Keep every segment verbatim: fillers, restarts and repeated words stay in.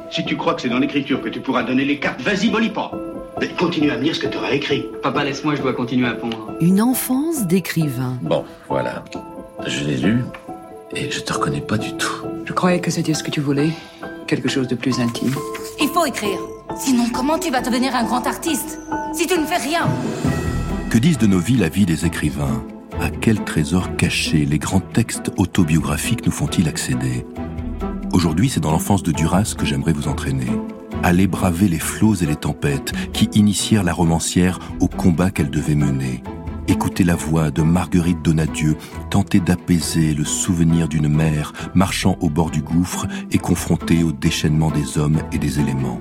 Si tu crois que c'est dans l'écriture que tu pourras donner les cartes, vas-y, mollis pas. Mais continue à me lire ce que tu auras écrit. Papa, laisse-moi, je dois continuer à pondre. Une enfance d'écrivain. Bon, voilà. Je l'ai lu et je te reconnais pas du tout. Je croyais que c'était ce que tu voulais. Quelque chose de plus intime. Il faut écrire. Sinon, comment tu vas devenir un grand artiste si tu ne fais rien? Que disent de nos vies la vie des écrivains? À quel trésor caché les grands textes autobiographiques nous font-ils accéder? Aujourd'hui, c'est dans l'enfance de Duras que j'aimerais vous entraîner. Allez braver les flots et les tempêtes qui initièrent la romancière au combat qu'elle devait mener. Écoutez la voix de Marguerite Donadieu tenter d'apaiser le souvenir d'une mère marchant au bord du gouffre et confrontée au déchaînement des hommes et des éléments.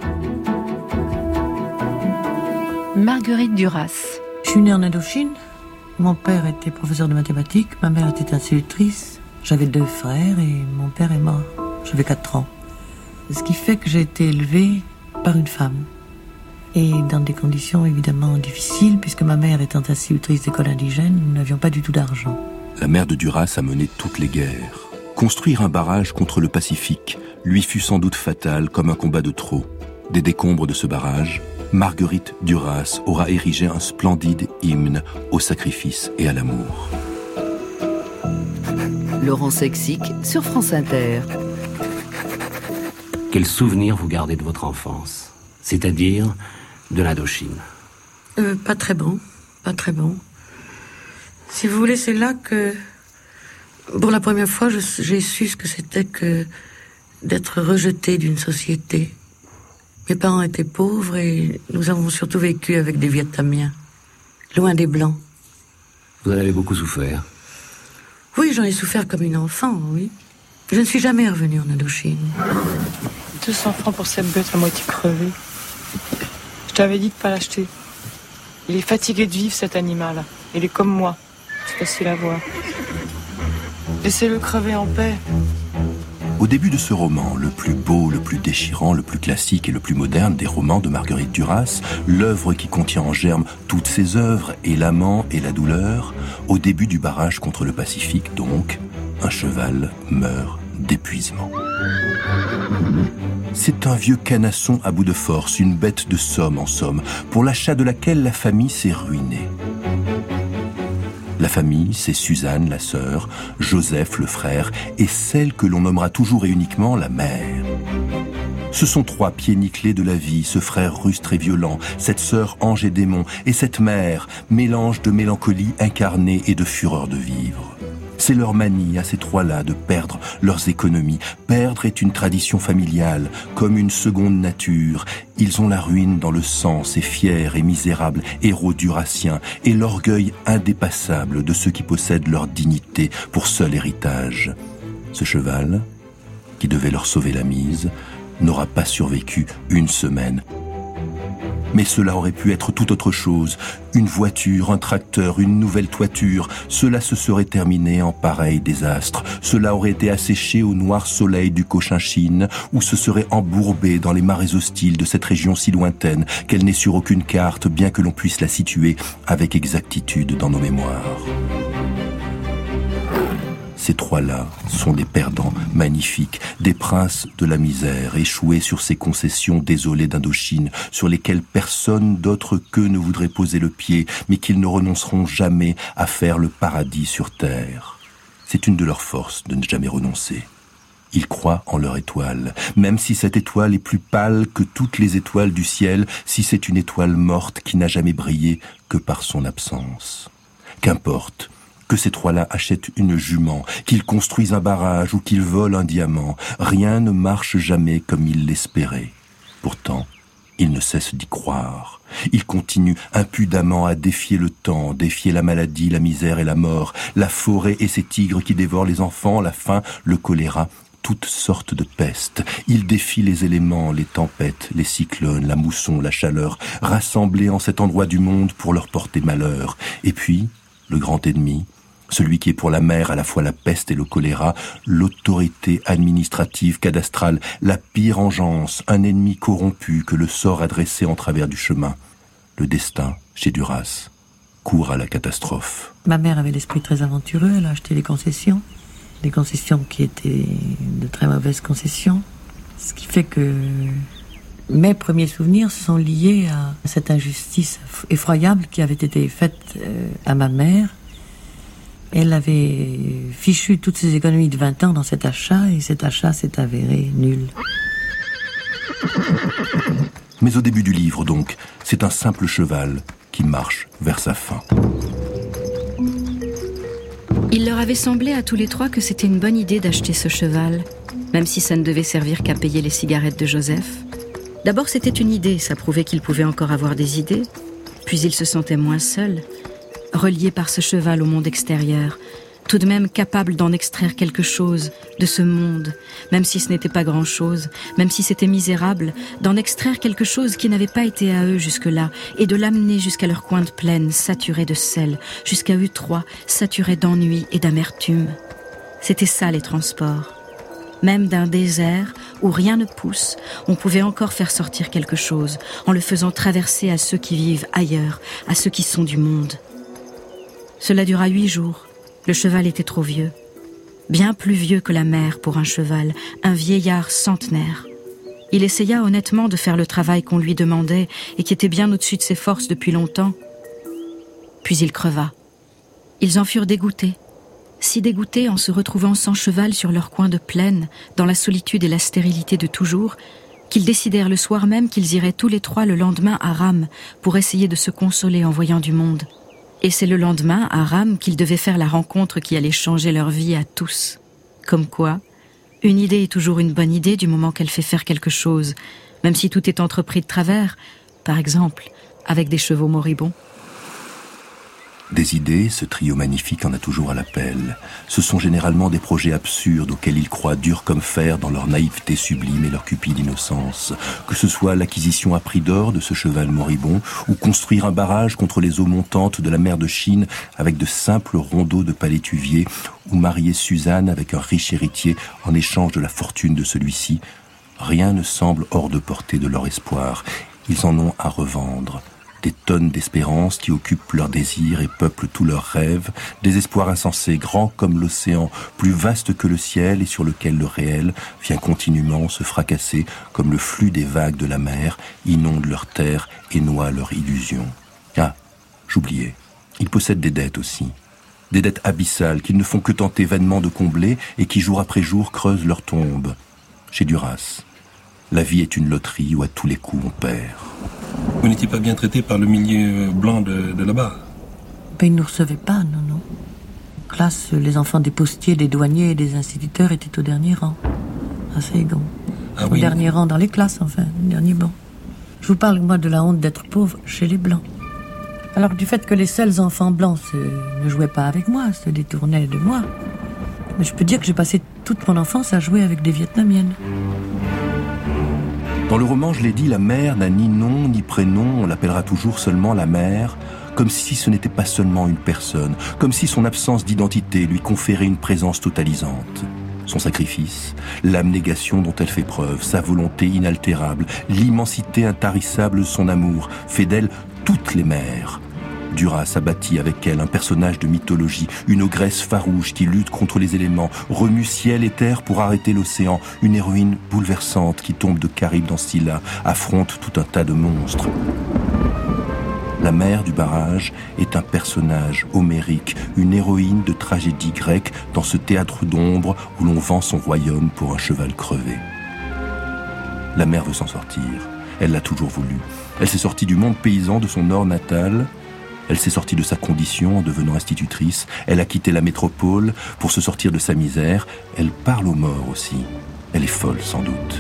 Marguerite Duras. Je suis née en Indochine. Mon père était professeur de mathématiques, ma mère était institutrice. J'avais deux frères et mon père est mort. J'avais quatre ans. Ce qui fait que j'ai été élevée par une femme. Et dans des conditions évidemment difficiles, puisque ma mère étant institutrice d'école indigène, nous n'avions pas du tout d'argent. La mère de Duras a mené toutes les guerres. Construire un barrage contre le Pacifique lui fut sans doute fatal comme un combat de trop. Des décombres de ce barrage, Marguerite Duras aura érigé un splendide hymne au sacrifice et à l'amour. Laurent Sexic sur France Inter. Quel souvenir vous gardez de votre enfance? C'est-à-dire de l'Indochine? euh, Pas très bon, pas très bon. Si vous voulez, c'est là que, pour la première fois, je, j'ai su ce que c'était que d'être rejeté d'une société. Mes parents étaient pauvres et nous avons surtout vécu avec des Vietnamiens, loin des Blancs. Vous en avez beaucoup souffert? Oui, j'en ai souffert comme une enfant, oui. Je ne suis jamais revenue en Indochine. deux cents francs pour cette bête à moitié crevée. Je t'avais dit de pas l'acheter. Il est fatigué de vivre, cet animal. Il est comme moi. C'est facile à voir. Laissez-le crever en paix. Au début de ce roman, le plus beau, le plus déchirant, le plus classique et le plus moderne des romans de Marguerite Duras, l'œuvre qui contient en germe toutes ses œuvres, et l'amant et la douleur, au début du barrage contre le Pacifique donc, un cheval meurt d'épuisement. C'est un vieux canasson à bout de force, une bête de somme en somme, pour l'achat de laquelle la famille s'est ruinée. La famille, c'est Suzanne, la sœur, Joseph, le frère, et celle que l'on nommera toujours et uniquement la mère. Ce sont trois pieds nickelés de la vie, ce frère rustre et violent, cette sœur ange et démon, et cette mère, mélange de mélancolie incarnée et de fureur de vivre. C'est leur manie à ces trois-là de perdre leurs économies. Perdre est une tradition familiale, comme une seconde nature. Ils ont la ruine dans le sang, ces fiers et misérables héros durassiens, et l'orgueil indépassable de ceux qui possèdent leur dignité pour seul héritage. Ce cheval, qui devait leur sauver la mise, n'aura pas survécu une semaine. Mais cela aurait pu être tout autre chose. Une voiture, un tracteur, une nouvelle toiture. Cela se serait terminé en pareil désastre. Cela aurait été asséché au noir soleil du Cochinchine, ou se serait embourbé dans les marées hostiles de cette région si lointaine qu'elle n'est sur aucune carte, bien que l'on puisse la situer avec exactitude dans nos mémoires. Ces trois-là sont des perdants magnifiques, des princes de la misère, échoués sur ces concessions désolées d'Indochine, sur lesquelles personne d'autre qu'eux ne voudrait poser le pied, mais qu'ils ne renonceront jamais à faire le paradis sur terre. C'est une de leurs forces de ne jamais renoncer. Ils croient en leur étoile, même si cette étoile est plus pâle que toutes les étoiles du ciel, si c'est une étoile morte qui n'a jamais brillé que par son absence. Qu'importe que ces trois-là achètent une jument, qu'ils construisent un barrage ou qu'ils volent un diamant, rien ne marche jamais comme ils l'espéraient. Pourtant, ils ne cessent d'y croire. Ils continuent impudemment à défier le temps, défier la maladie, la misère et la mort, la forêt et ses tigres qui dévorent les enfants, la faim, le choléra, toutes sortes de pestes. Ils défient les éléments, les tempêtes, les cyclones, la mousson, la chaleur, rassemblés en cet endroit du monde pour leur porter malheur. Et puis, le grand ennemi, celui qui est pour la mer à la fois la peste et le choléra, l'autorité administrative cadastrale, la pire engeance, un ennemi corrompu que le sort a dressé en travers du chemin. Le destin, chez Duras, court à la catastrophe. Ma mère avait l'esprit très aventureux, elle a acheté des concessions, des concessions qui étaient de très mauvaises concessions. Ce qui fait que mes premiers souvenirs sont liés à cette injustice effroyable qui avait été faite à ma mère. Elle avait fichu toutes ses économies de vingt ans dans cet achat, et cet achat s'est avéré nul. Mais au début du livre, donc, c'est un simple cheval qui marche vers sa fin. Il leur avait semblé à tous les trois que c'était une bonne idée d'acheter ce cheval, même si ça ne devait servir qu'à payer les cigarettes de Joseph. D'abord, c'était une idée, ça prouvait qu'il pouvait encore avoir des idées. Puis il se sentait moins seul, relié par ce cheval au monde extérieur, tout de même capable d'en extraire quelque chose de ce monde, même si ce n'était pas grand-chose, même si c'était misérable, d'en extraire quelque chose qui n'avait pas été à eux jusque-là, et de l'amener jusqu'à leur coin de plaine saturé de sel, jusqu'à eux trois, saturés d'ennui et d'amertume. C'était ça les transports. Même d'un désert où rien ne pousse, on pouvait encore faire sortir quelque chose, en le faisant traverser à ceux qui vivent ailleurs, à ceux qui sont du monde. Cela dura huit jours. Le cheval était trop vieux. Bien plus vieux que la mère pour un cheval, un vieillard centenaire. Il essaya honnêtement de faire le travail qu'on lui demandait et qui était bien au-dessus de ses forces depuis longtemps. Puis il creva. Ils en furent dégoûtés. Si dégoûtés en se retrouvant sans cheval sur leur coin de plaine, dans la solitude et la stérilité de toujours, qu'ils décidèrent le soir même qu'ils iraient tous les trois le lendemain à Rame pour essayer de se consoler en voyant du monde. Et c'est le lendemain, à Rame, qu'ils devaient faire la rencontre qui allait changer leur vie à tous. Comme quoi, une idée est toujours une bonne idée du moment qu'elle fait faire quelque chose, même si tout est entrepris de travers, par exemple, avec des chevaux moribonds. Des idées, ce trio magnifique en a toujours à l'appel. Ce sont généralement des projets absurdes auxquels ils croient durs comme fer dans leur naïveté sublime et leur cupide innocence. Que ce soit l'acquisition à prix d'or de ce cheval moribond, ou construire un barrage contre les eaux montantes de la mer de Chine avec de simples rondeaux de palétuvier, ou marier Suzanne avec un riche héritier en échange de la fortune de celui-ci. Rien ne semble hors de portée de leur espoir. Ils en ont à revendre. Des tonnes d'espérance qui occupent leurs désirs et peuplent tous leurs rêves, des espoirs insensés, grands comme l'océan, plus vastes que le ciel et sur lequel le réel vient continuellement se fracasser comme le flux des vagues de la mer, inonde leurs terres et noie leurs illusions. Ah, j'oubliais, ils possèdent des dettes aussi. Des dettes abyssales qu'ils ne font que tenter vainement de combler et qui jour après jour creusent leur tombe. Chez Duras, la vie est une loterie où à tous les coups on perd. Vous n'étiez pas bien traité par le milieu blanc de, de là-bas? Ben, ils ne nous recevaient pas, non, non. En classe, les enfants des postiers, des douaniers et des instituteurs étaient au dernier rang. À Saigon. Ah, au oui. dernier rang dans les classes, enfin, le dernier banc. Je vous parle, moi, de la honte d'être pauvre chez les blancs. Alors, du fait que les seuls enfants blancs se, ne jouaient pas avec moi, se détournaient de moi. Mais je peux dire que j'ai passé toute mon enfance à jouer avec des Vietnamiennes. Dans le roman, je l'ai dit, la mère n'a ni nom ni prénom, on l'appellera toujours seulement la mère, comme si ce n'était pas seulement une personne, comme si son absence d'identité lui conférait une présence totalisante. Son sacrifice, l'abnégation dont elle fait preuve, sa volonté inaltérable, l'immensité intarissable de son amour, fait d'elle toutes les mères. Duras a bâti avec elle un personnage de mythologie, une ogresse farouche qui lutte contre les éléments, remue ciel et terre pour arrêter l'océan, une héroïne bouleversante qui tombe de Caraïbes dans Scylla, affronte tout un tas de monstres. La mère du barrage est un personnage homérique, une héroïne de tragédie grecque dans ce théâtre d'ombre où l'on vend son royaume pour un cheval crevé. La mère veut s'en sortir, elle l'a toujours voulu. Elle s'est sortie du monde paysan de son nord natal. Elle s'est sortie de sa condition en devenant institutrice. Elle a quitté la métropole pour se sortir de sa misère. Elle parle aux morts aussi. Elle est folle, sans doute.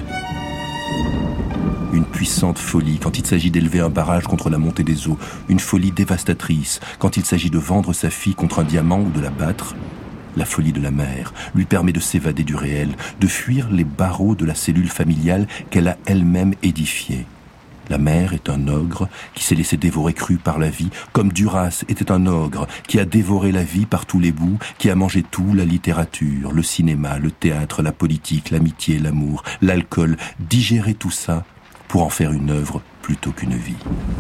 Une puissante folie quand il s'agit d'élever un barrage contre la montée des eaux. Une folie dévastatrice quand il s'agit de vendre sa fille contre un diamant ou de la battre. La folie de la mère lui permet de s'évader du réel, de fuir les barreaux de la cellule familiale qu'elle a elle-même édifiée. La mère est un ogre qui s'est laissé dévorer cru par la vie, comme Duras était un ogre qui a dévoré la vie par tous les bouts, qui a mangé tout, la littérature, le cinéma, le théâtre, la politique, l'amitié, l'amour, l'alcool, digérer tout ça pour en faire une œuvre plutôt qu'une vie.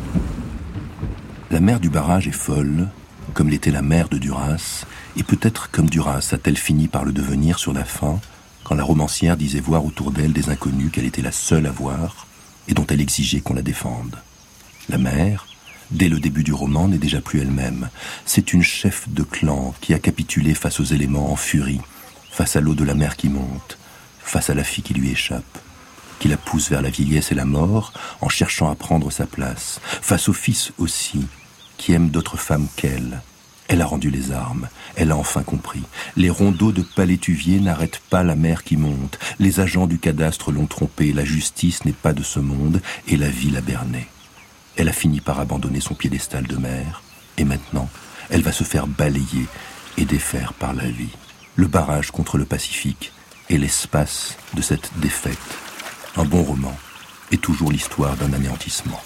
La mère du barrage est folle, comme l'était la mère de Duras, et peut-être comme Duras a-t-elle fini par le devenir sur la fin, quand la romancière disait voir autour d'elle des inconnus qu'elle était la seule à voir et dont elle exigeait qu'on la défende. La mère, dès le début du roman, n'est déjà plus elle-même. C'est une chef de clan qui a capitulé face aux éléments en furie, face à l'eau de la mer qui monte, face à la fille qui lui échappe, qui la pousse vers la vieillesse et la mort en cherchant à prendre sa place, face au fils aussi, qui aime d'autres femmes qu'elle. Elle a rendu les armes, elle a enfin compris. Les rondeaux de palétuvier n'arrêtent pas la mer qui monte, les agents du cadastre l'ont trompée, la justice n'est pas de ce monde et la vie l'a bernée. Elle a fini par abandonner son piédestal de mère, et maintenant, elle va se faire balayer et défaire par la vie. Le barrage contre le Pacifique est l'espace de cette défaite. Un bon roman est toujours l'histoire d'un anéantissement.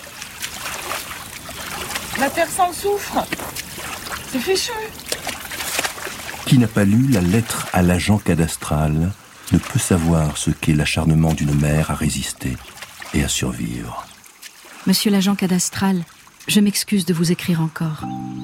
La terre sans soufre. C'est fichu. Qui n'a pas lu la lettre à l'agent cadastral ne peut savoir ce qu'est l'acharnement d'une mère à résister et à survivre. Monsieur l'agent cadastral, je m'excuse de vous écrire encore.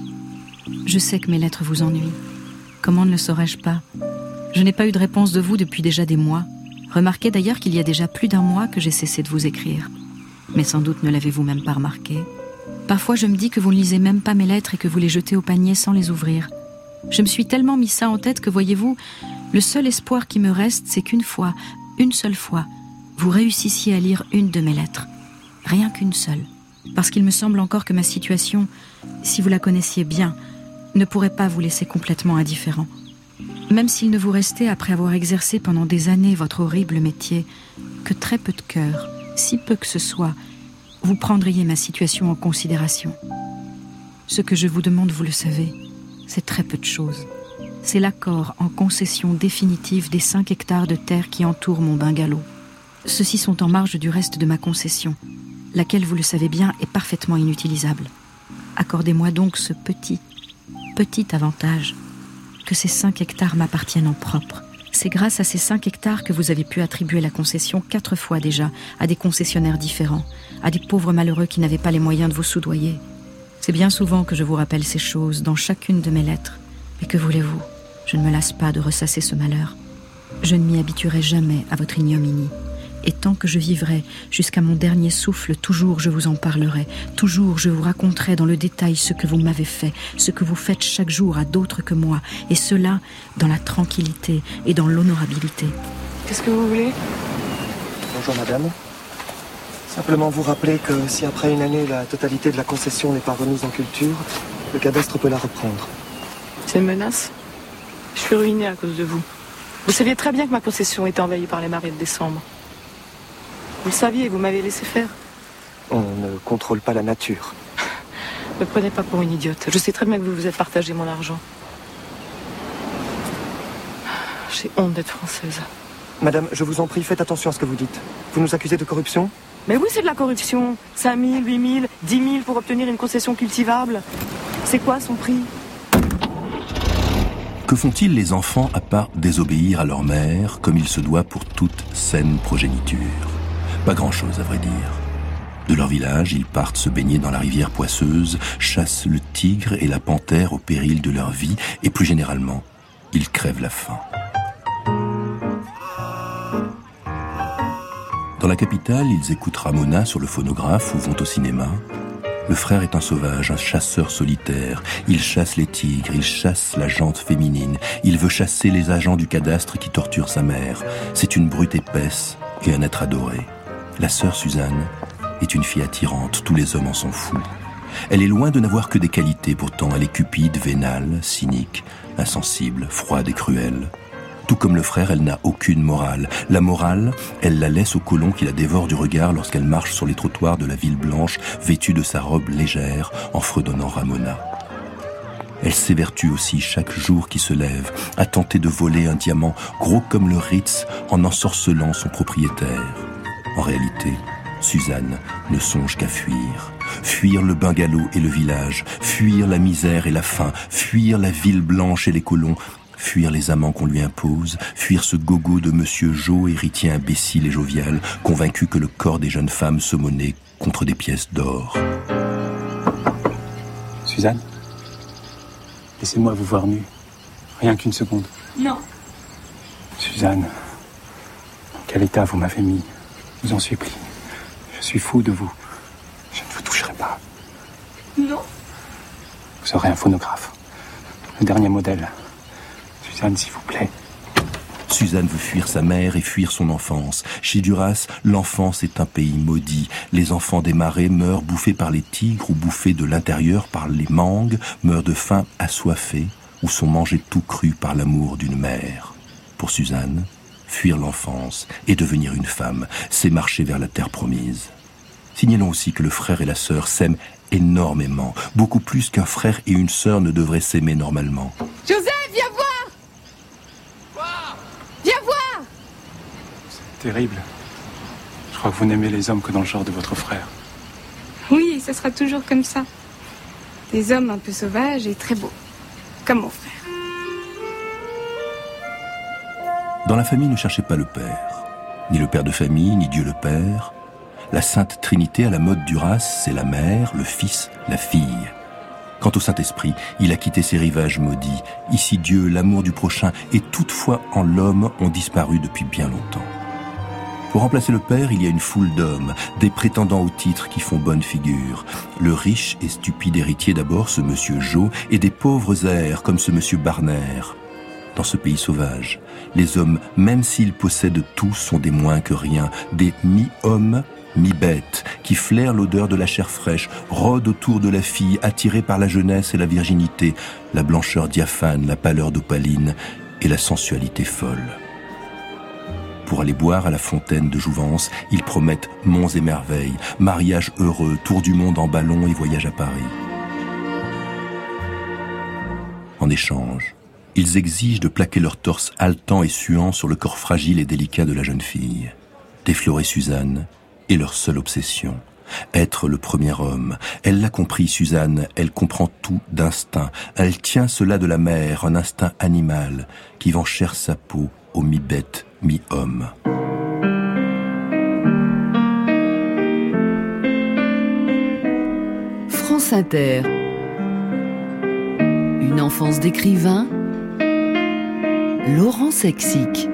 Je sais que mes lettres vous ennuient. Comment ne le saurais-je pas ? Je n'ai pas eu de réponse de vous depuis déjà des mois. Remarquez d'ailleurs qu'il y a déjà plus d'un mois que j'ai cessé de vous écrire. Mais sans doute ne l'avez-vous même pas remarqué. Parfois je me dis que vous ne lisez même pas mes lettres et que vous les jetez au panier sans les ouvrir. Je me suis tellement mis ça en tête que, voyez-vous, le seul espoir qui me reste, c'est qu'une fois, une seule fois, vous réussissiez à lire une de mes lettres. Rien qu'une seule. Parce qu'il me semble encore que ma situation, si vous la connaissiez bien, ne pourrait pas vous laisser complètement indifférent. Même s'il ne vous restait, après avoir exercé pendant des années votre horrible métier, que très peu de cœur, si peu que ce soit, vous prendriez ma situation en considération. Ce que je vous demande, vous le savez, c'est très peu de choses. C'est l'accord en concession définitive des cinq hectares de terre qui entourent mon bungalow. Ceux-ci sont en marge du reste de ma concession, laquelle, vous le savez bien, est parfaitement inutilisable. Accordez-moi donc ce petit, petit avantage, que ces cinq hectares m'appartiennent en propre. C'est grâce à ces cinq hectares que vous avez pu attribuer la concession quatre fois déjà à des concessionnaires différents, à des pauvres malheureux qui n'avaient pas les moyens de vous soudoyer. C'est bien souvent que je vous rappelle ces choses dans chacune de mes lettres. Mais que voulez-vous ? Je ne me lasse pas de ressasser ce malheur. Je ne m'y habituerai jamais à votre ignominie. Et tant que je vivrai, jusqu'à mon dernier souffle, toujours je vous en parlerai, toujours je vous raconterai dans le détail ce que vous m'avez fait, ce que vous faites chaque jour à d'autres que moi, et cela dans la tranquillité et dans l'honorabilité. Qu'est-ce que vous voulez ? Bonjour madame. Simplement vous rappeler que si après une année la totalité de la concession n'est pas remise en culture, le cadastre peut la reprendre. C'est une menace ? Je suis ruinée à cause de vous. Vous saviez très bien que ma concession était envahie par les marées de décembre. Vous le saviez, vous m'avez laissé faire. On ne contrôle pas la nature. Ne me prenez pas pour une idiote. Je sais très bien que vous vous êtes partagé mon argent. J'ai honte d'être française. Madame, je vous en prie, faites attention à ce que vous dites. Vous nous accusez de corruption ? Mais oui, c'est de la corruption. cinq mille, huit mille, dix mille pour obtenir une concession cultivable. C'est quoi son prix ? Que font-ils les enfants à part désobéir à leur mère, comme il se doit pour toute saine progéniture ? Pas grand-chose, à vrai dire. De leur village, ils partent se baigner dans la rivière poisseuse, chassent le tigre et la panthère au péril de leur vie, et plus généralement, ils crèvent la faim. Dans la capitale, ils écoutent Ramona sur le phonographe ou vont au cinéma. Le frère est un sauvage, un chasseur solitaire. Il chasse les tigres, il chasse la jante féminine. Il veut chasser les agents du cadastre qui torturent sa mère. C'est une brute épaisse et un être adoré. La sœur Suzanne est une fille attirante, tous les hommes en sont fous. Elle est loin de n'avoir que des qualités, pourtant elle est cupide, vénale, cynique, insensible, froide et cruelle. Tout comme le frère, elle n'a aucune morale. La morale, elle la laisse au colon qui la dévore du regard lorsqu'elle marche sur les trottoirs de la ville blanche, vêtue de sa robe légère, en fredonnant Ramona. Elle s'évertue aussi chaque jour qui se lève, à tenter de voler un diamant gros comme le Ritz en ensorcelant son propriétaire. En réalité, Suzanne ne songe qu'à fuir. Fuir le bungalow et le village, fuir la misère et la faim, fuir la ville blanche et les colons, fuir les amants qu'on lui impose, fuir ce gogo de Monsieur Jo, héritier imbécile et jovial, convaincu que le corps des jeunes femmes se monnaie contre des pièces d'or. Suzanne, laissez-moi vous voir nue. Rien qu'une seconde. Non. Suzanne, quel état vous m'avez mis. Je vous en supplie. Je suis fou de vous. Je ne vous toucherai pas. Non. Vous aurez un phonographe. Le dernier modèle. Suzanne, s'il vous plaît. Suzanne veut fuir sa mère et fuir son enfance. Chez Duras, l'enfance est un pays maudit. Les enfants des marais meurent bouffés par les tigres ou bouffés de l'intérieur par les mangues, meurent de faim assoiffés ou sont mangés tout crus par l'amour d'une mère. Pour Suzanne, fuir l'enfance et devenir une femme, c'est marcher vers la terre promise. Signalons aussi que le frère et la sœur s'aiment énormément, beaucoup plus qu'un frère et une sœur ne devraient s'aimer normalement. Joseph, viens voir! Viens voir! C'est terrible. Je crois que vous n'aimez les hommes que dans le genre de votre frère. Oui, et ce sera toujours comme ça. Des hommes un peu sauvages et très beaux. Comme mon frère. Dans la famille, ne cherchez pas le père. Ni le père de famille, ni Dieu le Père. La Sainte Trinité à la mode Duras, c'est la mère, le fils, la fille. Quant au Saint-Esprit, il a quitté ses rivages maudits. Ici Dieu, l'amour du prochain et toute foi en l'homme ont disparu depuis bien longtemps. Pour remplacer le père, il y a une foule d'hommes, des prétendants au titre qui font bonne figure. Le riche et stupide héritier d'abord, ce monsieur Jo, et des pauvres airs comme ce monsieur Barner. Dans ce pays sauvage, les hommes, même s'ils possèdent tout, sont des moins que rien, des mi-hommes, mi-bêtes, qui flairent l'odeur de la chair fraîche, rôdent autour de la fille, attirés par la jeunesse et la virginité, la blancheur diaphane, la pâleur d'opaline et la sensualité folle. Pour aller boire à la fontaine de Jouvence, ils promettent monts et merveilles, mariage heureux, tour du monde en ballon et voyage à Paris. En échange, ils exigent de plaquer leur torse haletant et suant sur le corps fragile et délicat de la jeune fille. Déflorer Suzanne est leur seule obsession. Être le premier homme. Elle l'a compris, Suzanne, elle comprend tout d'instinct. Elle tient cela de la mère, un instinct animal, qui vend cher sa peau au mi-bête, mi-homme. France Inter. Une enfance d'écrivain. Laurent Sexic.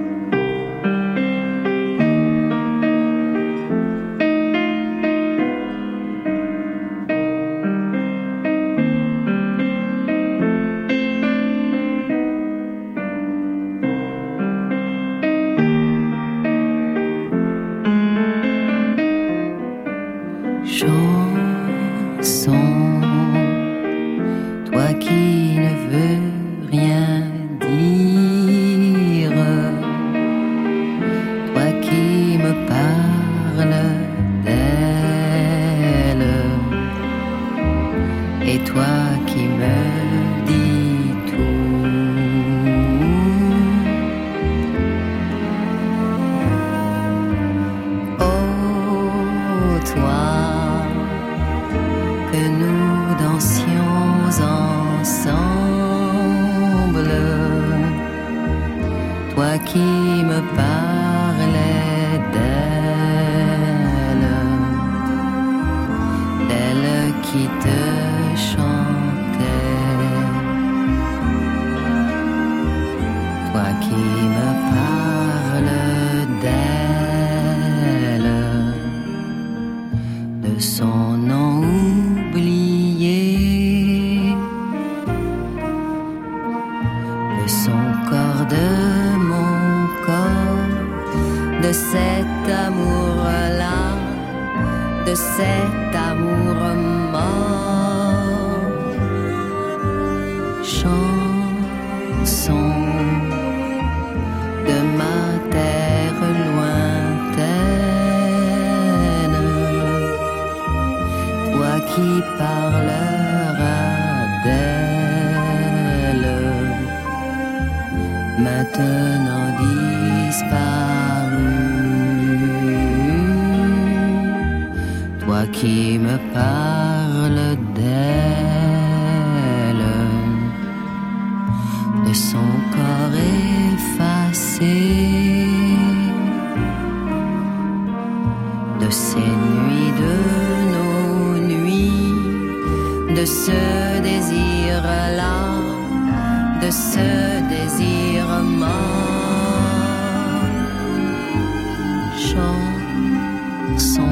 chanson.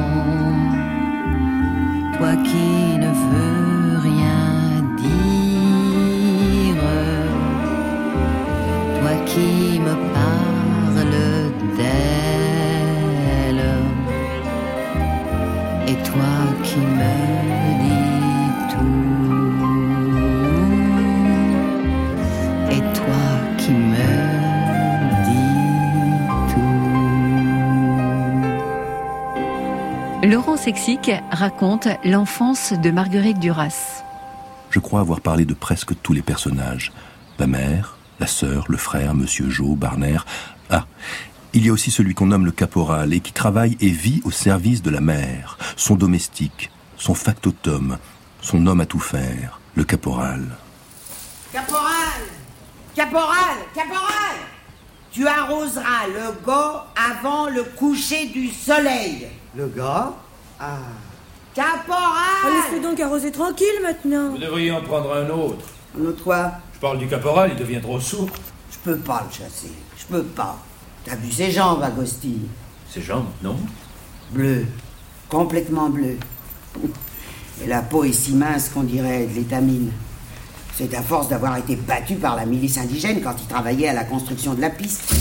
Toi qui ne veux rien dire, toi qui me parles d'elle, et toi qui me dis tout, et toi qui me Laurent Sexic raconte l'enfance de Marguerite Duras. Je crois avoir parlé de presque tous les personnages. La mère, la sœur, le frère, Monsieur Jo, Barner. Ah, il y a aussi celui qu'on nomme le caporal et qui travaille et vit au service de la mère, son domestique, son factotum, son homme à tout faire, le caporal. Caporal! Caporal! Caporal! Tu arroseras le gars avant le coucher du soleil. Le gars? Ah. Caporal! Laisse-le donc arroser tranquille maintenant. Vous devriez en prendre un autre. Un autre quoi? Je parle du caporal, il devient trop sourd. Je peux pas le chasser. Je peux pas. T'as vu ses jambes, Agosti? Ses jambes, non? Bleues. Complètement bleues. Et la peau est si mince qu'on dirait de l'étamine. C'est à force d'avoir été battu par la milice indigène quand il travaillait à la construction de la piste.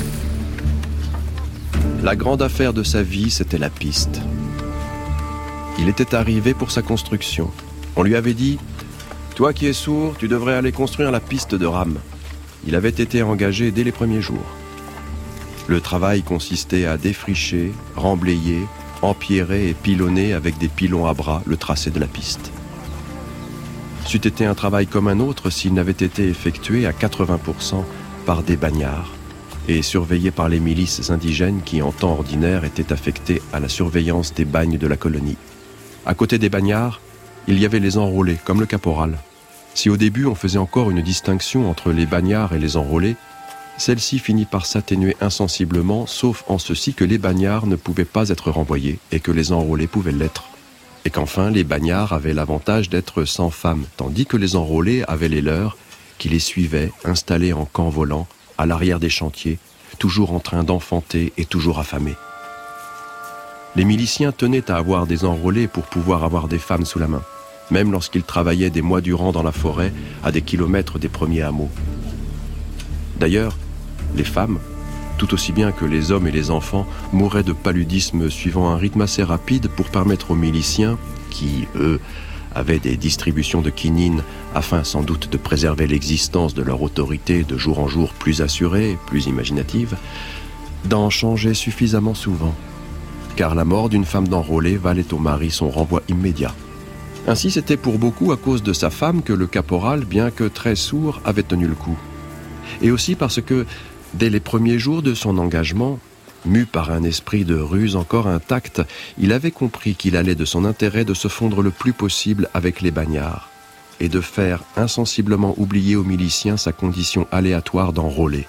La grande affaire de sa vie, c'était la piste. Il était arrivé pour sa construction. On lui avait dit « Toi qui es sourd, tu devrais aller construire la piste de rame ». Il avait été engagé dès les premiers jours. Le travail consistait à défricher, remblayer, empierrer et pilonner avec des pilons à bras le tracé de la piste. C'eût été un travail comme un autre s'il n'avait été effectué à quatre-vingts pour cent par des bagnards et surveillé par les milices indigènes qui, en temps ordinaire, étaient affectées à la surveillance des bagnes de la colonie. À côté des bagnards, il y avait les enrôlés, comme le caporal. Si au début on faisait encore une distinction entre les bagnards et les enrôlés, celle-ci finit par s'atténuer insensiblement, sauf en ceci que les bagnards ne pouvaient pas être renvoyés et que les enrôlés pouvaient l'être. Et qu'enfin, les bagnards avaient l'avantage d'être sans femmes, tandis que les enrôlés avaient les leurs, qui les suivaient, installés en camp volant, à l'arrière des chantiers, toujours en train d'enfanter et toujours affamés. Les miliciens tenaient à avoir des enrôlés pour pouvoir avoir des femmes sous la main, même lorsqu'ils travaillaient des mois durant dans la forêt, à des kilomètres des premiers hameaux. D'ailleurs, les femmes, tout aussi bien que les hommes et les enfants, mouraient de paludisme suivant un rythme assez rapide pour permettre aux miliciens, qui, eux, avaient des distributions de quinine afin sans doute de préserver l'existence de leur autorité de jour en jour plus assurée, plus imaginative, d'en changer suffisamment souvent, car la mort d'une femme d'enrôlée valait au mari son renvoi immédiat. Ainsi, c'était pour beaucoup à cause de sa femme que le caporal, bien que très sourd, avait tenu le coup. Et aussi parce que, dès les premiers jours de son engagement, mu par un esprit de ruse encore intact, il avait compris qu'il allait de son intérêt de se fondre le plus possible avec les bagnards et de faire insensiblement oublier aux miliciens sa condition aléatoire d'enrôlé.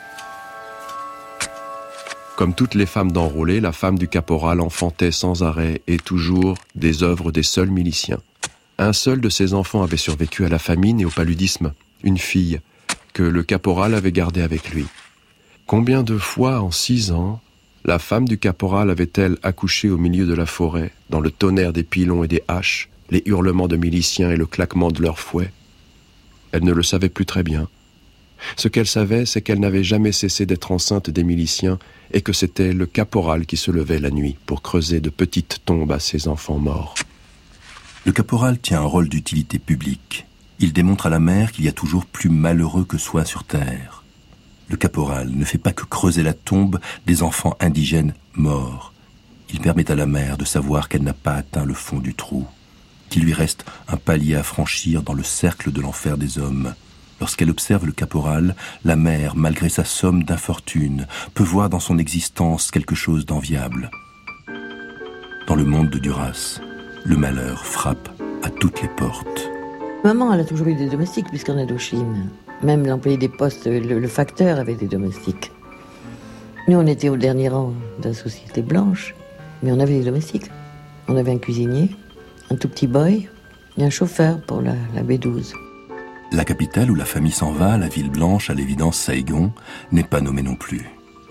Comme toutes les femmes d'enrôlés, la femme du caporal enfantait sans arrêt et toujours des œuvres des seuls miliciens. Un seul de ses enfants avait survécu à la famine et au paludisme, une fille que le caporal avait gardée avec lui. Combien de fois en six ans, la femme du caporal avait-elle accouché au milieu de la forêt, dans le tonnerre des pilons et des haches, les hurlements de miliciens et le claquement de leurs fouets? Elle ne le savait plus très bien. Ce qu'elle savait, c'est qu'elle n'avait jamais cessé d'être enceinte des miliciens et que c'était le caporal qui se levait la nuit pour creuser de petites tombes à ses enfants morts. Le caporal tient un rôle d'utilité publique. Il démontre à la mère qu'il y a toujours plus malheureux que soi sur terre. Le caporal ne fait pas que creuser la tombe des enfants indigènes morts. Il permet à la mère de savoir qu'elle n'a pas atteint le fond du trou, qu'il lui reste un palier à franchir dans le cercle de l'enfer des hommes. Lorsqu'elle observe le caporal, la mère, malgré sa somme d'infortune, peut voir dans son existence quelque chose d'enviable. Dans le monde de Duras, le malheur frappe à toutes les portes. Maman, elle a toujours eu des domestiques, puisqu'en Indochine, même l'employé des postes, le, le facteur avait des domestiques. Nous, on était au dernier rang de la société blanche, mais on avait des domestiques. On avait un cuisinier, un tout petit boy et un chauffeur pour la, la B douze. La capitale où la famille s'en va, la ville blanche, à l'évidence Saigon, n'est pas nommée non plus.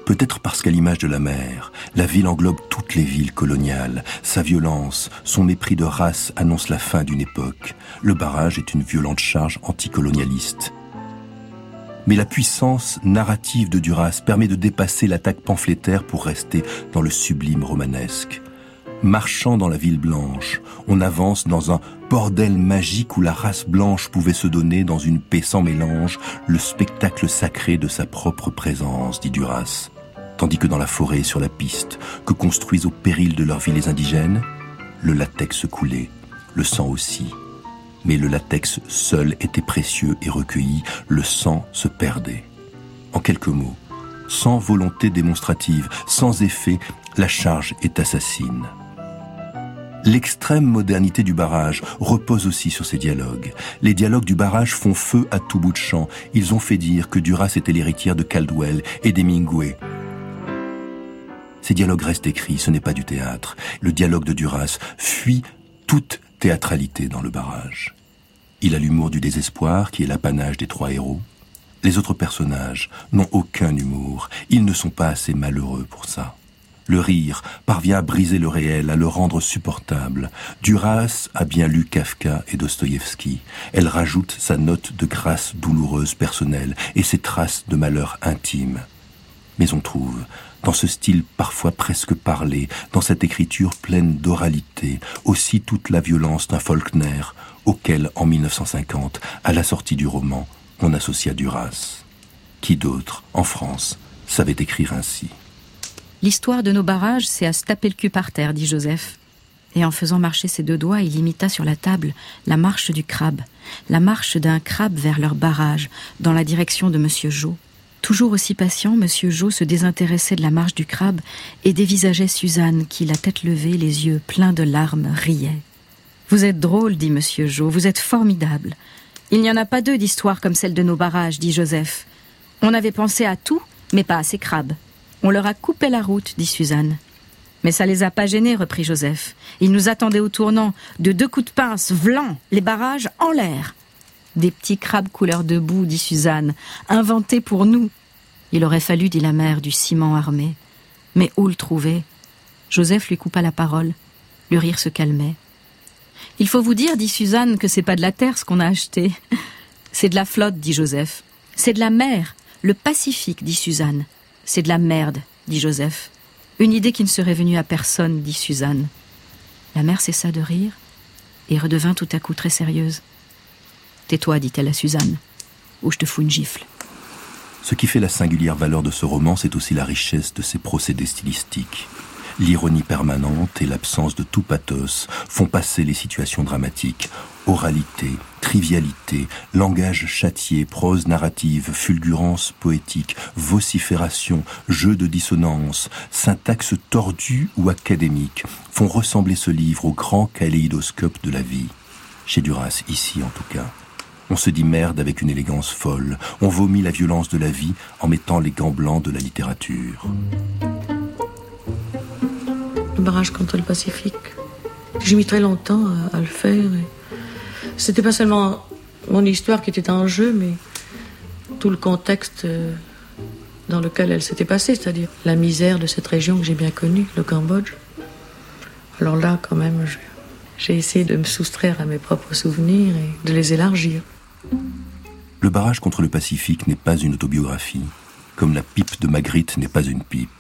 Peut-être parce qu'à l'image de la mer, la ville englobe toutes les villes coloniales. Sa violence, son mépris de race annoncent la fin d'une époque. Le barrage est une violente charge anticolonialiste. Mais la puissance narrative de Duras permet de dépasser l'attaque pamphlétaire pour rester dans le sublime romanesque. Marchant dans la ville blanche, on avance dans un bordel magique où la race blanche pouvait se donner dans une paix sans mélange le spectacle sacré de sa propre présence, dit Duras. Tandis que dans la forêt, sur la piste, que construisent au péril de leur vie les indigènes, le latex coulait, le sang aussi. Mais le latex seul était précieux et recueilli, le sang se perdait. En quelques mots, sans volonté démonstrative, sans effet, la charge est assassine. L'extrême modernité du barrage repose aussi sur ces dialogues. Les dialogues du barrage font feu à tout bout de champ. Ils ont fait dire que Duras était l'héritière de Caldwell et d'Hemingway. Ces dialogues restent écrits, ce n'est pas du théâtre. Le dialogue de Duras fuit toute théâtralité dans le barrage. Il a l'humour du désespoir qui est l'apanage des trois héros. Les autres personnages n'ont aucun humour. Ils ne sont pas assez malheureux pour ça. Le rire parvient à briser le réel, à le rendre supportable. Duras a bien lu Kafka et Dostoïevski. Elle rajoute sa note de grâce douloureuse personnelle et ses traces de malheur intime. Mais on trouve, dans ce style parfois presque parlé, dans cette écriture pleine d'oralité, aussi toute la violence d'un Faulkner, auquel, en mille neuf cent cinquante, à la sortie du roman, on associa Duras. Qui d'autre, en France, savait écrire ainsi? L'histoire de nos barrages, c'est à se taper le cul par terre, dit Joseph. Et en faisant marcher ses deux doigts, il imita sur la table la marche du crabe, la marche d'un crabe vers leur barrage, dans la direction de Monsieur Jo. Toujours aussi patient, Monsieur Jo se désintéressait de la marche du crabe et dévisageait Suzanne qui, la tête levée, les yeux pleins de larmes, riait. « Vous êtes drôle, dit Monsieur Jo, vous êtes formidable. Il n'y en a pas deux d'histoires comme celle de nos barrages, dit Joseph. On avait pensé à tout, mais pas à ces crabes. On leur a coupé la route, dit Suzanne. Mais ça les a pas gênés, reprit Joseph. Ils nous attendaient au tournant, de deux coups de pince, vlan, les barrages en l'air. Des petits crabes couleur de boue, dit Suzanne, inventés pour nous. Il aurait fallu, dit la mère, du ciment armé. Mais où le trouver? Joseph lui coupa la parole. Le rire se calmait. Il faut vous dire, dit Suzanne, que c'est pas de la terre ce qu'on a acheté. C'est de la flotte, dit Joseph. C'est de la mer, le Pacifique, dit Suzanne. C'est de la merde, dit Joseph. Une idée qui ne serait venue à personne, dit Suzanne. La mère cessa de rire et redevint tout à coup très sérieuse. Tais-toi, dit-elle à Suzanne, ou je te fous une gifle. Ce qui fait la singulière valeur de ce roman, c'est aussi la richesse de ses procédés stylistiques. L'ironie permanente et l'absence de tout pathos font passer les situations dramatiques. Oralité, trivialité, langage châtié, prose narrative, fulgurance poétique, vocifération, jeu de dissonance, syntaxe tordue ou académique font ressembler ce livre au grand kaléidoscope de la vie. Chez Duras, ici en tout cas. On se dit merde avec une élégance folle. On vomit la violence de la vie en mettant les gants blancs de la littérature. Le barrage contre le Pacifique. J'ai mis très longtemps à, à le faire. Et c'était pas seulement mon histoire qui était en jeu, mais tout le contexte dans lequel elle s'était passée, c'est-à-dire la misère de cette région que j'ai bien connue, le Cambodge. Alors là, quand même, je, j'ai essayé de me soustraire à mes propres souvenirs et de les élargir. Le barrage contre le Pacifique n'est pas une autobiographie, comme la pipe de Magritte n'est pas une pipe.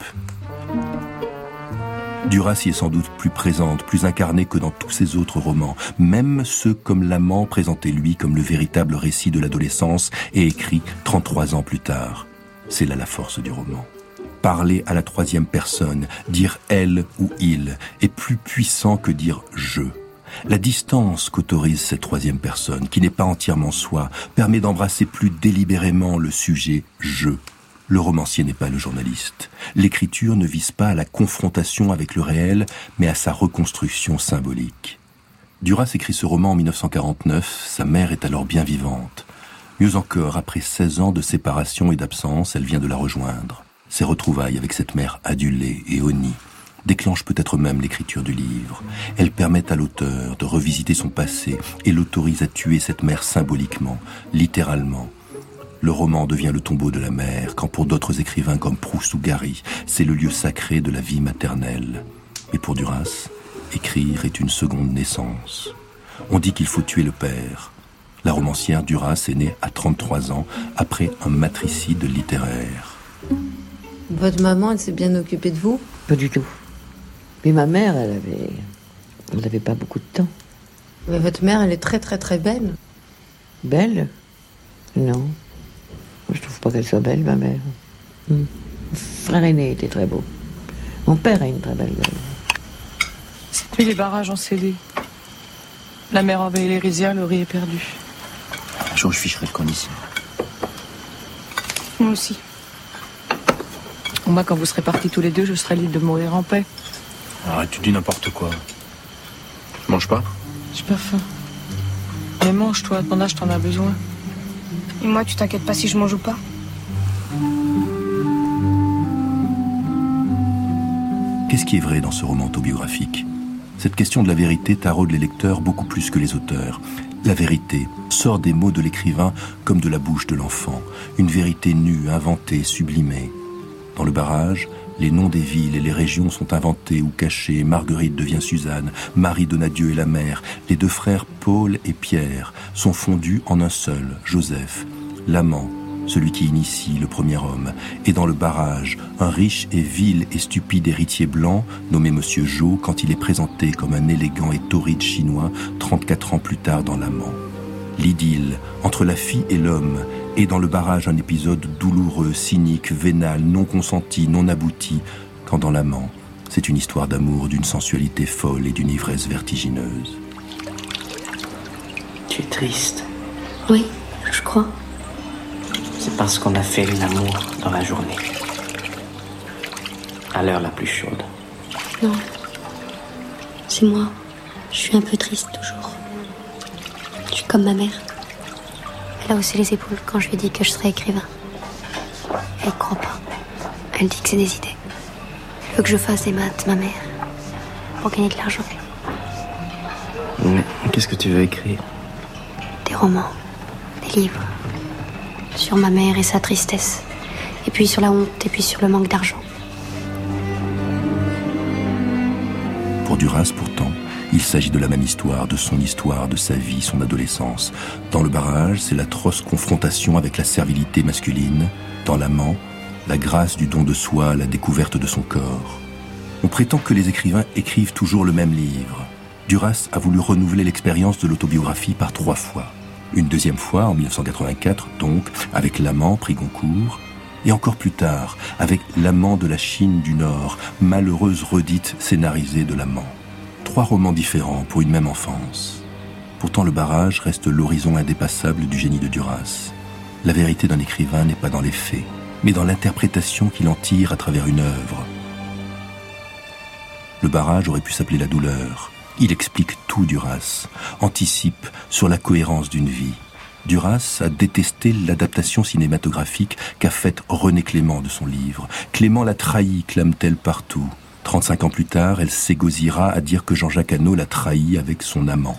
Duras y est sans doute plus présente, plus incarnée que dans tous ses autres romans, même ceux comme L'Amant présenté lui comme le véritable récit de l'adolescence et écrit trente-trois ans plus tard. C'est là la force du roman. Parler à la troisième personne, dire elle ou il, est plus puissant que dire je. La distance qu'autorise cette troisième personne, qui n'est pas entièrement soi, permet d'embrasser plus délibérément le sujet je. Le romancier n'est pas le journaliste. L'écriture ne vise pas à la confrontation avec le réel, mais à sa reconstruction symbolique. Duras écrit ce roman en mille neuf cent quarante-neuf, sa mère est alors bien vivante. Mieux encore, après seize ans de séparation et d'absence, elle vient de la rejoindre. Ses retrouvailles avec cette mère adulée et honnie déclenchent peut-être même l'écriture du livre. Elles permettent à l'auteur de revisiter son passé et l'autorisent à tuer cette mère symboliquement, littéralement. Le roman devient le tombeau de la mère, quand pour d'autres écrivains comme Proust ou Gary, c'est le lieu sacré de la vie maternelle. Mais pour Duras, écrire est une seconde naissance. On dit qu'il faut tuer le père. La romancière Duras est née à trente-trois ans, après un matricide littéraire. Votre maman, elle s'est bien occupée de vous? Pas du tout. Mais ma mère, elle avait... Elle n'avait pas beaucoup de temps. Mais votre mère, elle est très très très belle. Belle? Non. Je trouve pas qu'elle soit belle, ma mère. Mon frère aîné était très beau. Mon père a une très belle gueule. Cette nuit, les barrages ont cédé. La mer envahit les rizières, le riz est perdu. Un jour, je ficherai le camp d'ici. Moi aussi. Moi, quand vous serez partis tous les deux, je serai libre de mourir en paix. Arrête, tu dis n'importe quoi. Tu manges pas? J'ai pas faim. Mais mange, toi, à ton âge, t'en as besoin. Et moi, tu t'inquiètes pas si je mange ou pas? Qu'est-ce qui est vrai dans ce roman autobiographique? Cette question de la vérité taraude les lecteurs beaucoup plus que les auteurs. La vérité sort des mots de l'écrivain comme de la bouche de l'enfant. Une vérité nue, inventée, sublimée. Dans Le Barrage, les noms des villes et les régions sont inventés ou cachés. Marguerite devient Suzanne, Marie Donadieu est la mère. Les deux frères Paul et Pierre sont fondus en un seul, Joseph, l'amant, celui qui initie le premier homme. Et dans Le Barrage, un riche et vil et stupide héritier blanc, nommé Monsieur Jo, quand il est présenté comme un élégant et torride chinois, trente-quatre ans plus tard dans L'amant. L'idylle entre la fille et l'homme est dans Le Barrage un épisode douloureux, cynique, vénal, non consenti, non abouti, quand dans L'amant, c'est une histoire d'amour, d'une sensualité folle et d'une ivresse vertigineuse. Tu es triste. Oui, je crois. C'est parce qu'on a fait l'amour dans la journée. À l'heure la plus chaude. Non. C'est moi. Je suis un peu triste toujours. Je suis comme ma mère. Elle a haussé les épaules quand je lui ai dit que je serais écrivain. Elle ne croit pas. Elle dit que c'est des idées. Elle veut que je fasse des maths, ma mère. Pour gagner de l'argent. Mais qu'est-ce que tu veux écrire? Des romans. Des livres. Sur ma mère et sa tristesse. Et puis sur la honte, et puis sur le manque d'argent. Pour Duras, pourtant, il s'agit de la même histoire, de son histoire, de sa vie, son adolescence. Dans Le Barrage, c'est l'atroce confrontation avec la servilité masculine. Dans L'amant, la grâce du don de soi, la découverte de son corps. On prétend que les écrivains écrivent toujours le même livre. Duras a voulu renouveler l'expérience de l'autobiographie par trois fois. Une deuxième fois, en mille neuf cent quatre-vingt-quatre, donc, avec L'amant, prix Goncourt, et encore plus tard, avec L'amant de la Chine du Nord, malheureuse redite scénarisée de L'amant. Trois romans différents pour une même enfance. Pourtant, Le Barrage reste l'horizon indépassable du génie de Duras. La vérité d'un écrivain n'est pas dans les faits, mais dans l'interprétation qu'il en tire à travers une œuvre. Le Barrage aurait pu s'appeler La douleur. Il explique tout, Duras, anticipe sur la cohérence d'une vie. Duras a détesté l'adaptation cinématographique qu'a faite René Clément de son livre. Clément l'a trahi, clame-t-elle partout. trente-cinq ans plus tard, elle s'égosillera à dire que Jean-Jacques Hano l'a trahi avec son amant.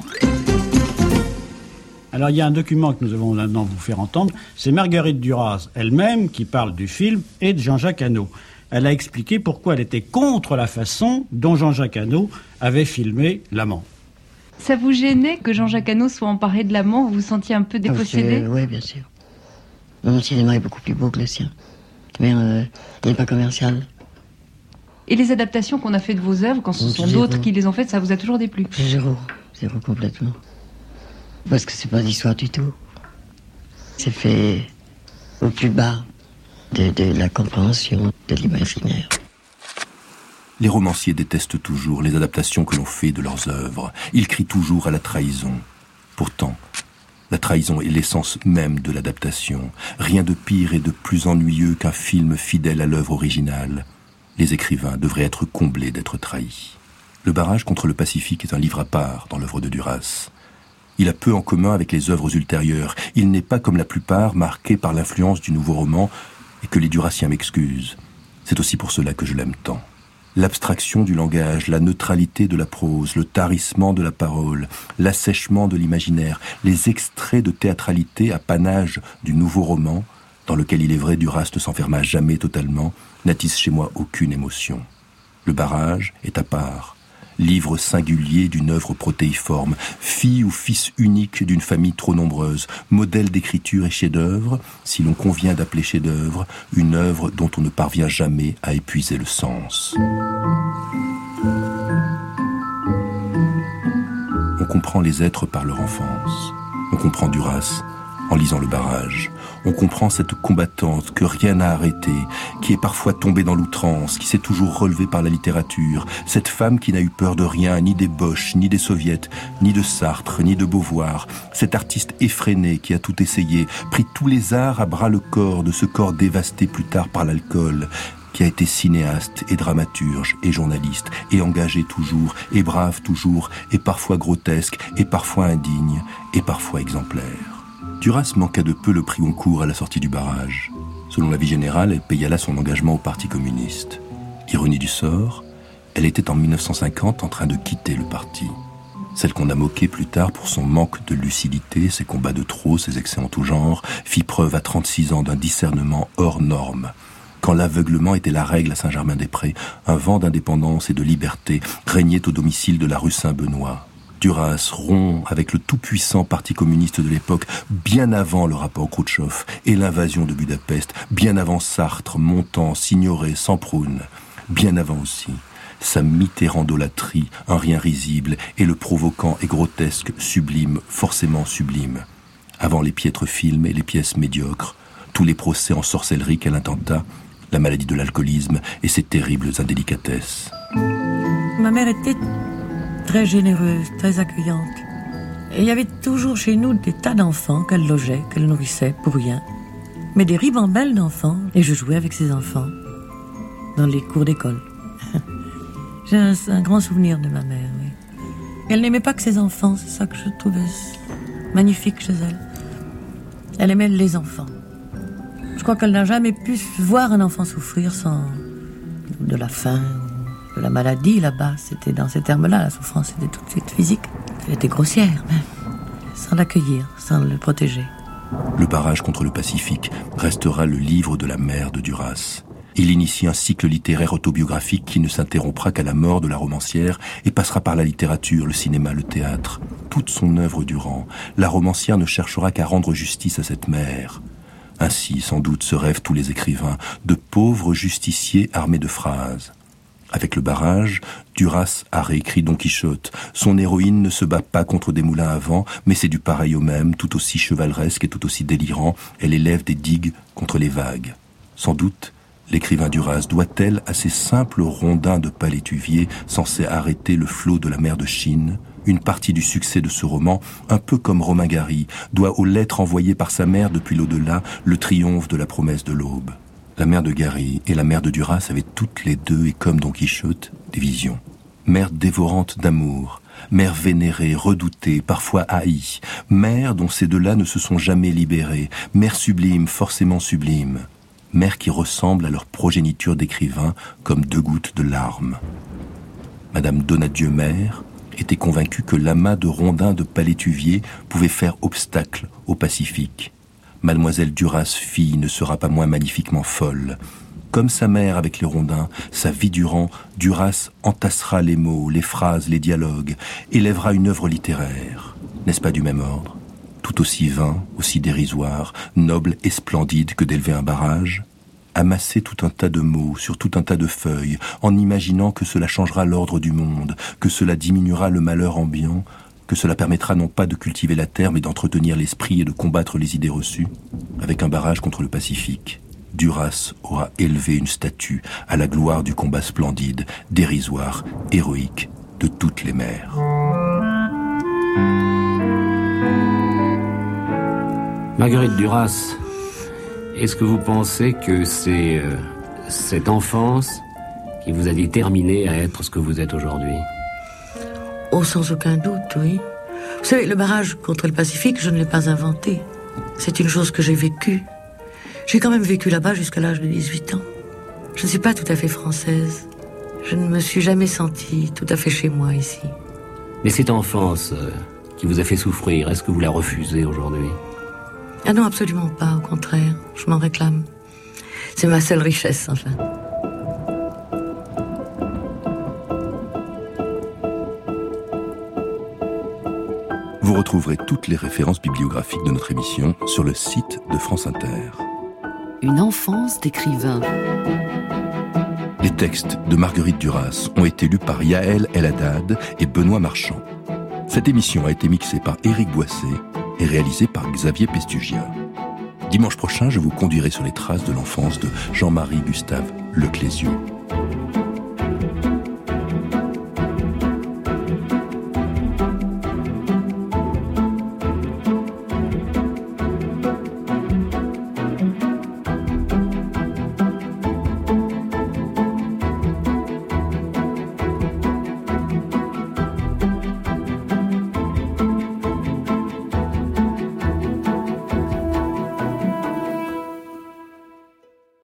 Alors il y a un document que nous allons maintenant vous faire entendre, c'est Marguerite Duras elle-même qui parle du film et de Jean-Jacques Hano. Elle a expliqué pourquoi elle était contre la façon dont Jean-Jacques Hano avait filmé L'amant. Ça vous gênait que Jean-Jacques Hano soit emparé de l'amant? Vous vous sentiez un peu dépossédé? euh, Oui, bien sûr. Mon cinéma est beaucoup plus beau que le sien. Mais euh, il n'est pas commercial. Et les adaptations qu'on a fait de vos œuvres, quand ce sont Zéro. d'autres qui les ont faites, ça vous a toujours déplu? Zéro. Zéro complètement. Parce que c'est pas d'histoire du tout. C'est fait au plus bas de, de la compréhension, de l'imaginaire. Les romanciers détestent toujours les adaptations que l'on fait de leurs œuvres. Ils crient toujours à la trahison. Pourtant, la trahison est l'essence même de l'adaptation. Rien de pire et de plus ennuyeux qu'un film fidèle à l'œuvre originale. Les écrivains devraient être comblés d'être trahis. Le Barrage contre le Pacifique est un livre à part dans l'œuvre de Duras. Il a peu en commun avec les œuvres ultérieures. Il n'est pas, comme la plupart, marqué par l'influence du nouveau roman, et que les Durassiens m'excusent. C'est aussi pour cela que je l'aime tant. L'abstraction du langage, la neutralité de la prose, le tarissement de la parole, l'assèchement de l'imaginaire, les extraits de théâtralité apanage du nouveau roman dans lequel il est vrai Duras ne s'enferma jamais totalement, n'attise chez moi aucune émotion. Le barrage est à part, livre singulier d'une œuvre protéiforme, fille ou fils unique d'une famille trop nombreuse, modèle d'écriture et chef-d'œuvre, si l'on convient d'appeler chef-d'œuvre, une œuvre dont on ne parvient jamais à épuiser le sens. On comprend les êtres par leur enfance. On comprend Duras en lisant Le Barrage. On comprend cette combattante que rien n'a arrêtée, qui est parfois tombée dans l'outrance, qui s'est toujours relevée par la littérature, cette femme qui n'a eu peur de rien, ni des Boches, ni des soviets, ni de Sartre, ni de Beauvoir, cet artiste effréné qui a tout essayé, pris tous les arts à bras le corps de ce corps dévasté plus tard par l'alcool, qui a été cinéaste et dramaturge et journaliste, et engagé toujours, et brave toujours, et parfois grotesque, et parfois indigne, et parfois exemplaire. Duras manqua de peu le prix Goncourt à la sortie du barrage. Selon la vie générale, elle paya là son engagement au Parti communiste. Ironie du sort, elle était en mille neuf cent cinquante en train de quitter le parti. Celle qu'on a moquée plus tard pour son manque de lucidité, ses combats de trop, ses excès en tout genre, fit preuve à trente-six ans d'un discernement hors norme. Quand l'aveuglement était la règle à Saint-Germain-des-Prés, un vent d'indépendance et de liberté régnait au domicile de la rue Saint-Benoît. Duras rompt avec le tout-puissant parti communiste de l'époque, bien avant le rapport Khrouchtchev et l'invasion de Budapest, bien avant Sartre, Montand, Signoret, Semprún, bien avant aussi sa mitterrandolâtrie, un rien risible, et le provoquant et grotesque, sublime, forcément sublime. Avant les piètres films et les pièces médiocres, tous les procès en sorcellerie qu'elle intenta, la maladie de l'alcoolisme et ses terribles indélicatesses. Ma mère était très généreuse, très accueillante. Et il y avait toujours chez nous des tas d'enfants qu'elle logeait, qu'elle nourrissait pour rien. Mais des ribambelles d'enfants, et je jouais avec ces enfants dans les cours d'école. J'ai un, un grand souvenir de ma mère, oui. Elle n'aimait pas que ses enfants, c'est ça que je trouvais magnifique chez elle. Elle aimait les enfants. Je crois qu'elle n'a jamais pu voir un enfant souffrir sans de la faim ou de la maladie là-bas. C'était dans ces termes-là, la souffrance était tout de suite physique. Elle était grossière, même, sans l'accueillir, sans le protéger. Le barrage contre le Pacifique restera le livre de la mère de Duras. Il initie un cycle littéraire autobiographique qui ne s'interrompra qu'à la mort de la romancière et passera par la littérature, le cinéma, le théâtre. Toute son œuvre durant, la romancière ne cherchera qu'à rendre justice à cette mère. Ainsi, sans doute, se rêvent tous les écrivains, de pauvres justiciers armés de phrases. Avec Le Barrage, Duras a réécrit Don Quichotte. Son héroïne ne se bat pas contre des moulins à vent, mais c'est du pareil au même, tout aussi chevaleresque et tout aussi délirant. Elle élève des digues contre les vagues. Sans doute, l'écrivain Duras doit-elle à ces simples rondins de palétuvier censés arrêter le flot de la mer de Chine? Une partie du succès de ce roman, un peu comme Romain Gary, doit aux lettres envoyées par sa mère depuis l'au-delà le triomphe de la promesse de l'aube. La mère de Gary et la mère de Duras avaient toutes les deux, et comme Don Quichotte, des visions. Mère dévorante d'amour, mère vénérée, redoutée, parfois haïe, mère dont ces deux-là ne se sont jamais libérés, mère sublime, forcément sublime, mère qui ressemble à leur progéniture d'écrivains comme deux gouttes de larmes. Madame Donadieu mère était convaincue que l'amas de rondins de palétuvier pouvait faire obstacle au Pacifique. Mademoiselle Duras fille ne sera pas moins magnifiquement folle. Comme sa mère avec les rondins, sa vie durant, Duras entassera les mots, les phrases, les dialogues, élèvera une œuvre littéraire. N'est-ce pas du même ordre? Tout aussi vain, aussi dérisoire, noble et splendide que d'élever un barrage? Amasser tout un tas de mots sur tout un tas de feuilles, en imaginant que cela changera l'ordre du monde, que cela diminuera le malheur ambiant, que cela permettra non pas de cultiver la terre, mais d'entretenir l'esprit et de combattre les idées reçues. Avec un barrage contre le Pacifique, Duras aura élevé une statue à la gloire du combat splendide, dérisoire, héroïque de toutes les mères. Marguerite Duras, est-ce que vous pensez que c'est euh, cette enfance qui vous a déterminé à être ce que vous êtes aujourd'hui? Oh, sans aucun doute, oui. Vous savez, le barrage contre le Pacifique, je ne l'ai pas inventé. C'est une chose que j'ai vécue. J'ai quand même vécu là-bas jusqu'à l'âge de dix-huit ans. Je ne suis pas tout à fait française. Je ne me suis jamais sentie tout à fait chez moi ici. Mais cette enfance euh, qui vous a fait souffrir, est-ce que vous la refusez aujourd'hui? Ah non, absolument pas, au contraire. Je m'en réclame. C'est ma seule richesse, enfin. Vous retrouverez toutes les références bibliographiques de notre émission sur le site de France Inter. Une enfance d'écrivain. Les textes de Marguerite Duras ont été lus par Yael El Haddad et Benoît Marchand. Cette émission a été mixée par Éric Boissé et réalisée par Xavier Pestugia. Dimanche prochain, je vous conduirai sur les traces de l'enfance de Jean-Marie Gustave Leclésio.